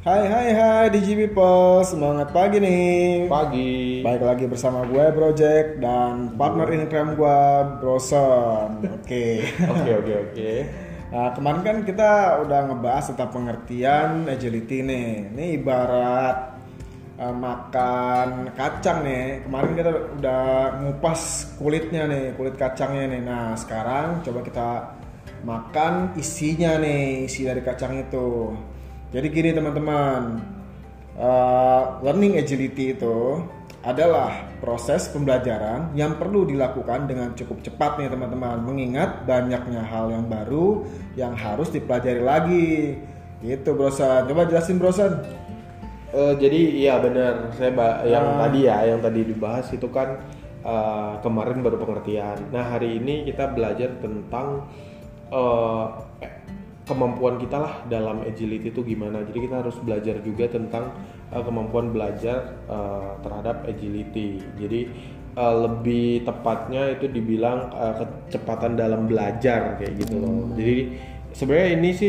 Hai Digi People, semangat pagi nih. Pagi. Baik lagi bersama gue Project dan partner Instagram gue Broson. Oke. Oke. Nah, kemarin kan kita udah ngebahas tentang pengertian agility nih. Ini ibarat makan kacang nih. Kemarin kita udah ngupas kulitnya nih, kulit kacangnya nih. Nah, sekarang coba kita makan isinya nih, isi dari kacang itu. Jadi gini teman-teman, learning agility itu adalah proses pembelajaran yang perlu dilakukan dengan cukup cepat nih teman-teman, mengingat banyaknya hal yang baru yang harus dipelajari lagi. Gitu Brosan, coba jelasin Brosan. Jadi iya benar, yang tadi dibahas itu kan kemarin baru pengertian. Nah hari ini kita belajar tentang kemampuan kita lah dalam agility itu gimana. Jadi kita harus belajar juga tentang kemampuan belajar terhadap agility. Jadi lebih tepatnya itu dibilang kecepatan dalam belajar kayak gitu loh. Jadi sebenarnya ini sih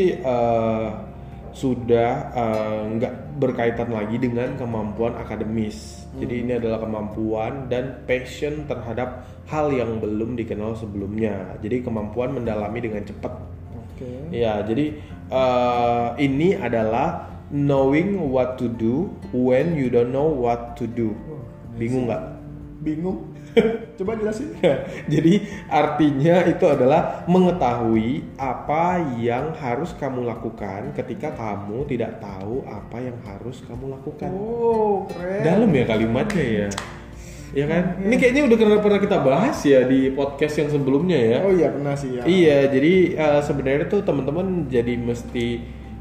sudah nggak berkaitan lagi dengan kemampuan akademis. Jadi ini adalah kemampuan dan passion terhadap hal yang belum dikenal sebelumnya. Jadi kemampuan mendalami dengan cepat. Ya, jadi ini adalah knowing what to do when you don't know what to do. Bingung nggak? Bingung? Coba jelasin. Jadi artinya itu adalah mengetahui apa yang harus kamu lakukan ketika kamu tidak tahu apa yang harus kamu lakukan. Oh, keren. Dalam ya kalimatnya ya. Ya kan? Ini kayaknya udah pernah kita bahas ya di podcast yang sebelumnya ya. Oh iya pernah sih ya. Iya, jadi sebenarnya tuh teman-teman jadi mesti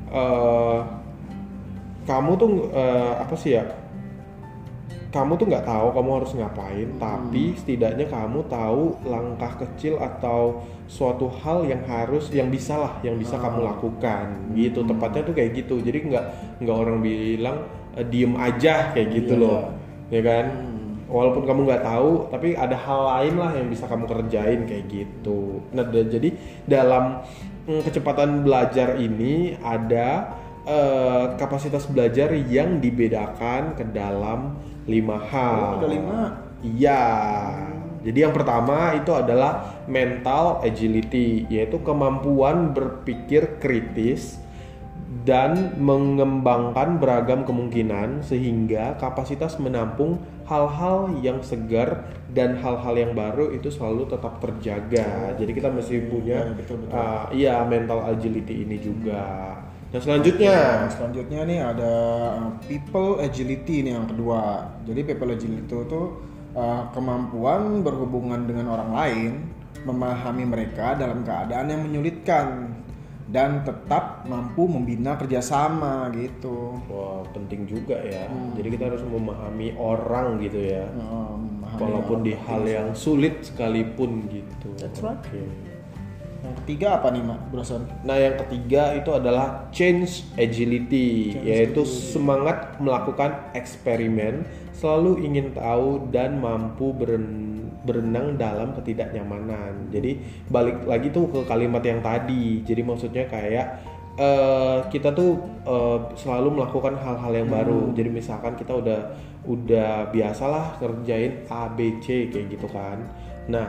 kamu tuh apa sih ya? Kamu tuh nggak tahu kamu harus ngapain, tapi setidaknya kamu tahu langkah kecil atau suatu hal yang bisa kamu lakukan. Gitu, tepatnya tuh kayak gitu. Jadi nggak orang bilang diem aja kayak gitu loh, ya kan? Walaupun kamu nggak tahu, tapi ada hal lain lah yang bisa kamu kerjain kayak gitu. Nah, jadi dalam kecepatan belajar ini ada kapasitas belajar yang dibedakan ke dalam 5 hal. Ada 5. Iya. Jadi yang pertama itu adalah mental agility, yaitu kemampuan berpikir kritis dan mengembangkan beragam kemungkinan sehingga kapasitas menampung hal-hal yang segar dan hal-hal yang baru itu selalu tetap terjaga. Jadi kita mesti punya mental agility ini juga. Nah selanjutnya nih ada people agility nih yang kedua. Jadi people agility itu kemampuan berhubungan dengan orang lain, memahami mereka dalam keadaan yang menyulitkan dan tetap mampu membina kerjasama gitu. Wah, penting juga ya. Jadi kita harus memahami orang gitu ya. Walaupun di hal yang sulit sekalipun gitu. That's right. Okay. Yang ketiga apa nih Mak Broson? Nah yang ketiga itu adalah change agility, yaitu semangat melakukan eksperimen, selalu ingin tahu dan mampu berenang dalam ketidaknyamanan. Jadi balik lagi tuh ke kalimat yang tadi. Jadi maksudnya kayak kita tuh selalu melakukan hal-hal yang baru. Jadi misalkan kita udah biasalah kerjain A, B, C kayak gitu kan. Nah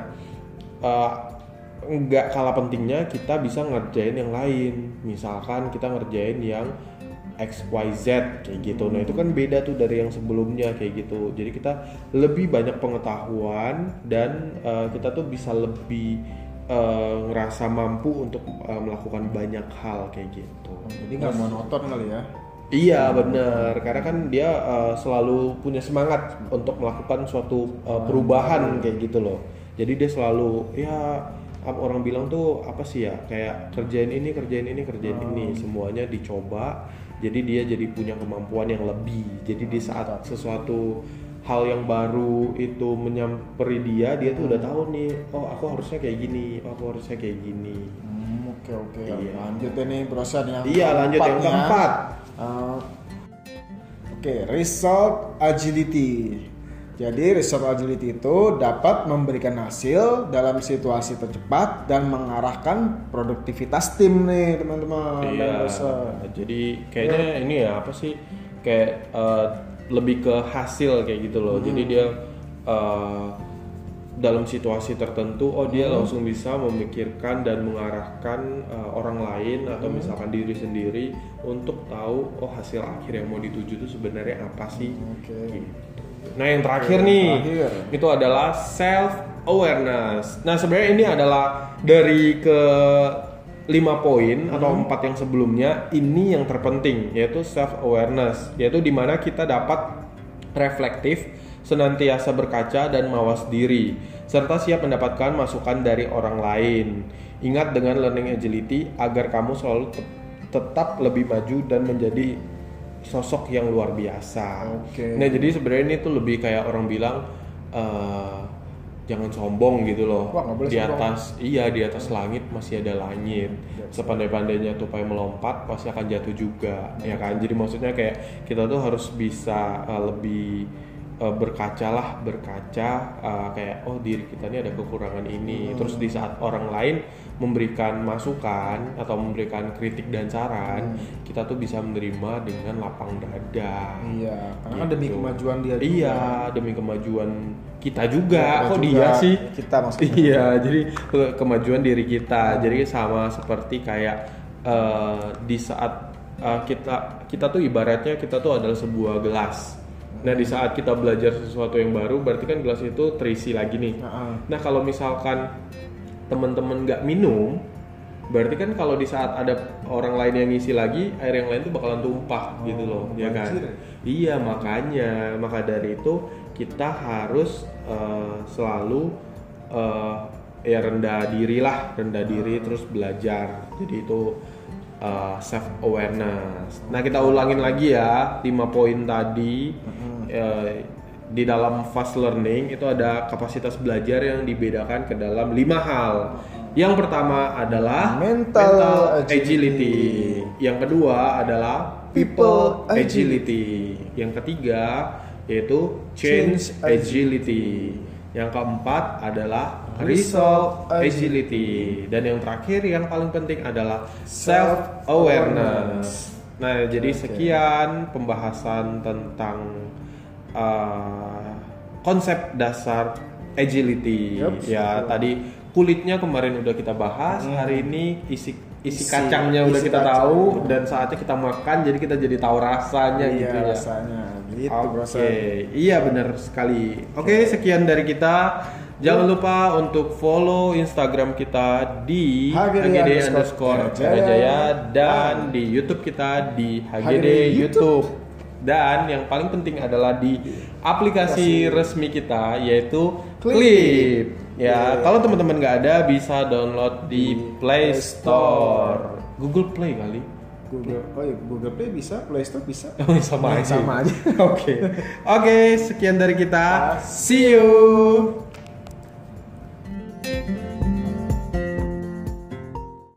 nggak kalah pentingnya kita bisa ngerjain yang lain. Misalkan kita ngerjain yang XYZ kayak gitu. Nah itu kan beda tuh dari yang sebelumnya kayak gitu. Jadi kita lebih banyak pengetahuan dan kita tuh bisa lebih ngerasa mampu untuk melakukan banyak hal kayak gitu. Jadi nggak monoton kali ya? Iya benar, karena kan dia selalu punya semangat untuk melakukan suatu perubahan kayak gitu loh. Jadi dia selalu orang bilang tuh apa sih ya, kayak kerjain ini, semuanya dicoba. Jadi dia jadi punya kemampuan yang lebih. Jadi di saat sesuatu hal yang baru itu menyamperi dia tuh udah tahu nih, oh aku harusnya kayak gini, Oke. Iya. Lanjut nih Brosan yang lanjut yang keempat. Result agility. Jadi resource agility itu dapat memberikan hasil dalam situasi tercepat dan mengarahkan produktivitas tim nih teman-teman. Iya. Jadi kayaknya ini ya apa sih kayak lebih ke hasil kayak gitu loh. Jadi dia dalam situasi tertentu, dia langsung bisa memikirkan dan mengarahkan orang lain atau misalkan diri sendiri untuk tahu hasil akhir yang mau dituju itu sebenarnya apa sih. Gitu. Nah yang terakhir itu adalah self awareness. Nah sebenarnya ini adalah dari ke 5 poin atau 4 yang sebelumnya, ini yang terpenting yaitu self awareness, yaitu dimana kita dapat reflektif, senantiasa berkaca dan mawas diri, serta siap mendapatkan masukan dari orang lain. Ingat dengan learning agility agar kamu selalu tetap lebih maju dan menjadi sosok yang luar biasa. Nah jadi sebenarnya ini tuh lebih kayak orang bilang jangan sombong gitu loh. Di atas di atas langit masih ada langit. Sepandai-pandainya tupai melompat pasti akan jatuh juga, ya kan? Jadi maksudnya kayak kita tuh harus bisa lebih berkaca kayak diri kita ini ada kekurangan ini. Terus di saat orang lain memberikan masukan atau memberikan kritik dan saran, kita tuh bisa menerima dengan lapang dada. Iya, karena kan demi kemajuan dia juga. Iya, demi kemajuan kita juga. Kok dia sih? Kita maksudnya. Iya, jadi kemajuan diri kita. Jadi sama seperti kayak di saat kita tuh ibaratnya kita tuh adalah sebuah gelas. Nah di saat kita belajar sesuatu yang baru, berarti kan gelas itu terisi lagi nih. Nah kalau misalkan teman-teman nggak minum, berarti kan kalau di saat ada orang lain yang ngisi lagi, air yang lain tuh bakalan tumpah gitu loh, ya kan? Iya makanya, maka dari itu kita harus selalu rendah diri terus belajar. Jadi itu self awareness. Nah kita ulangin lagi ya 5 poin tadi. Di dalam fast learning itu ada kapasitas belajar yang dibedakan ke dalam 5 hal. Yang pertama adalah mental agility. Yang kedua adalah people agility. Yang ketiga yaitu change agility. Yang keempat adalah result agility. Dan yang terakhir yang paling penting adalah self awareness. Nah, jadi sekian pembahasan tentang konsep dasar agility. Tadi kulitnya kemarin udah kita bahas, hari ini isi kacangnya udah kita tahu, dan saatnya kita makan jadi kita jadi tahu rasanya gitu ya. Rasanya gitu. Iya benar sekali. Oke, sekian dari kita. Jangan lupa untuk follow Instagram kita di hgd_jaya dan di YouTube kita di hgd YouTube. Dan yang paling penting adalah di aplikasi resmi kita yaitu Clip. Ya, kalau teman-teman nggak ada bisa download di Play Store, Google Play kali. Google Play bisa, Play Store bisa. Sama aja. Oke, sekian dari kita. See you.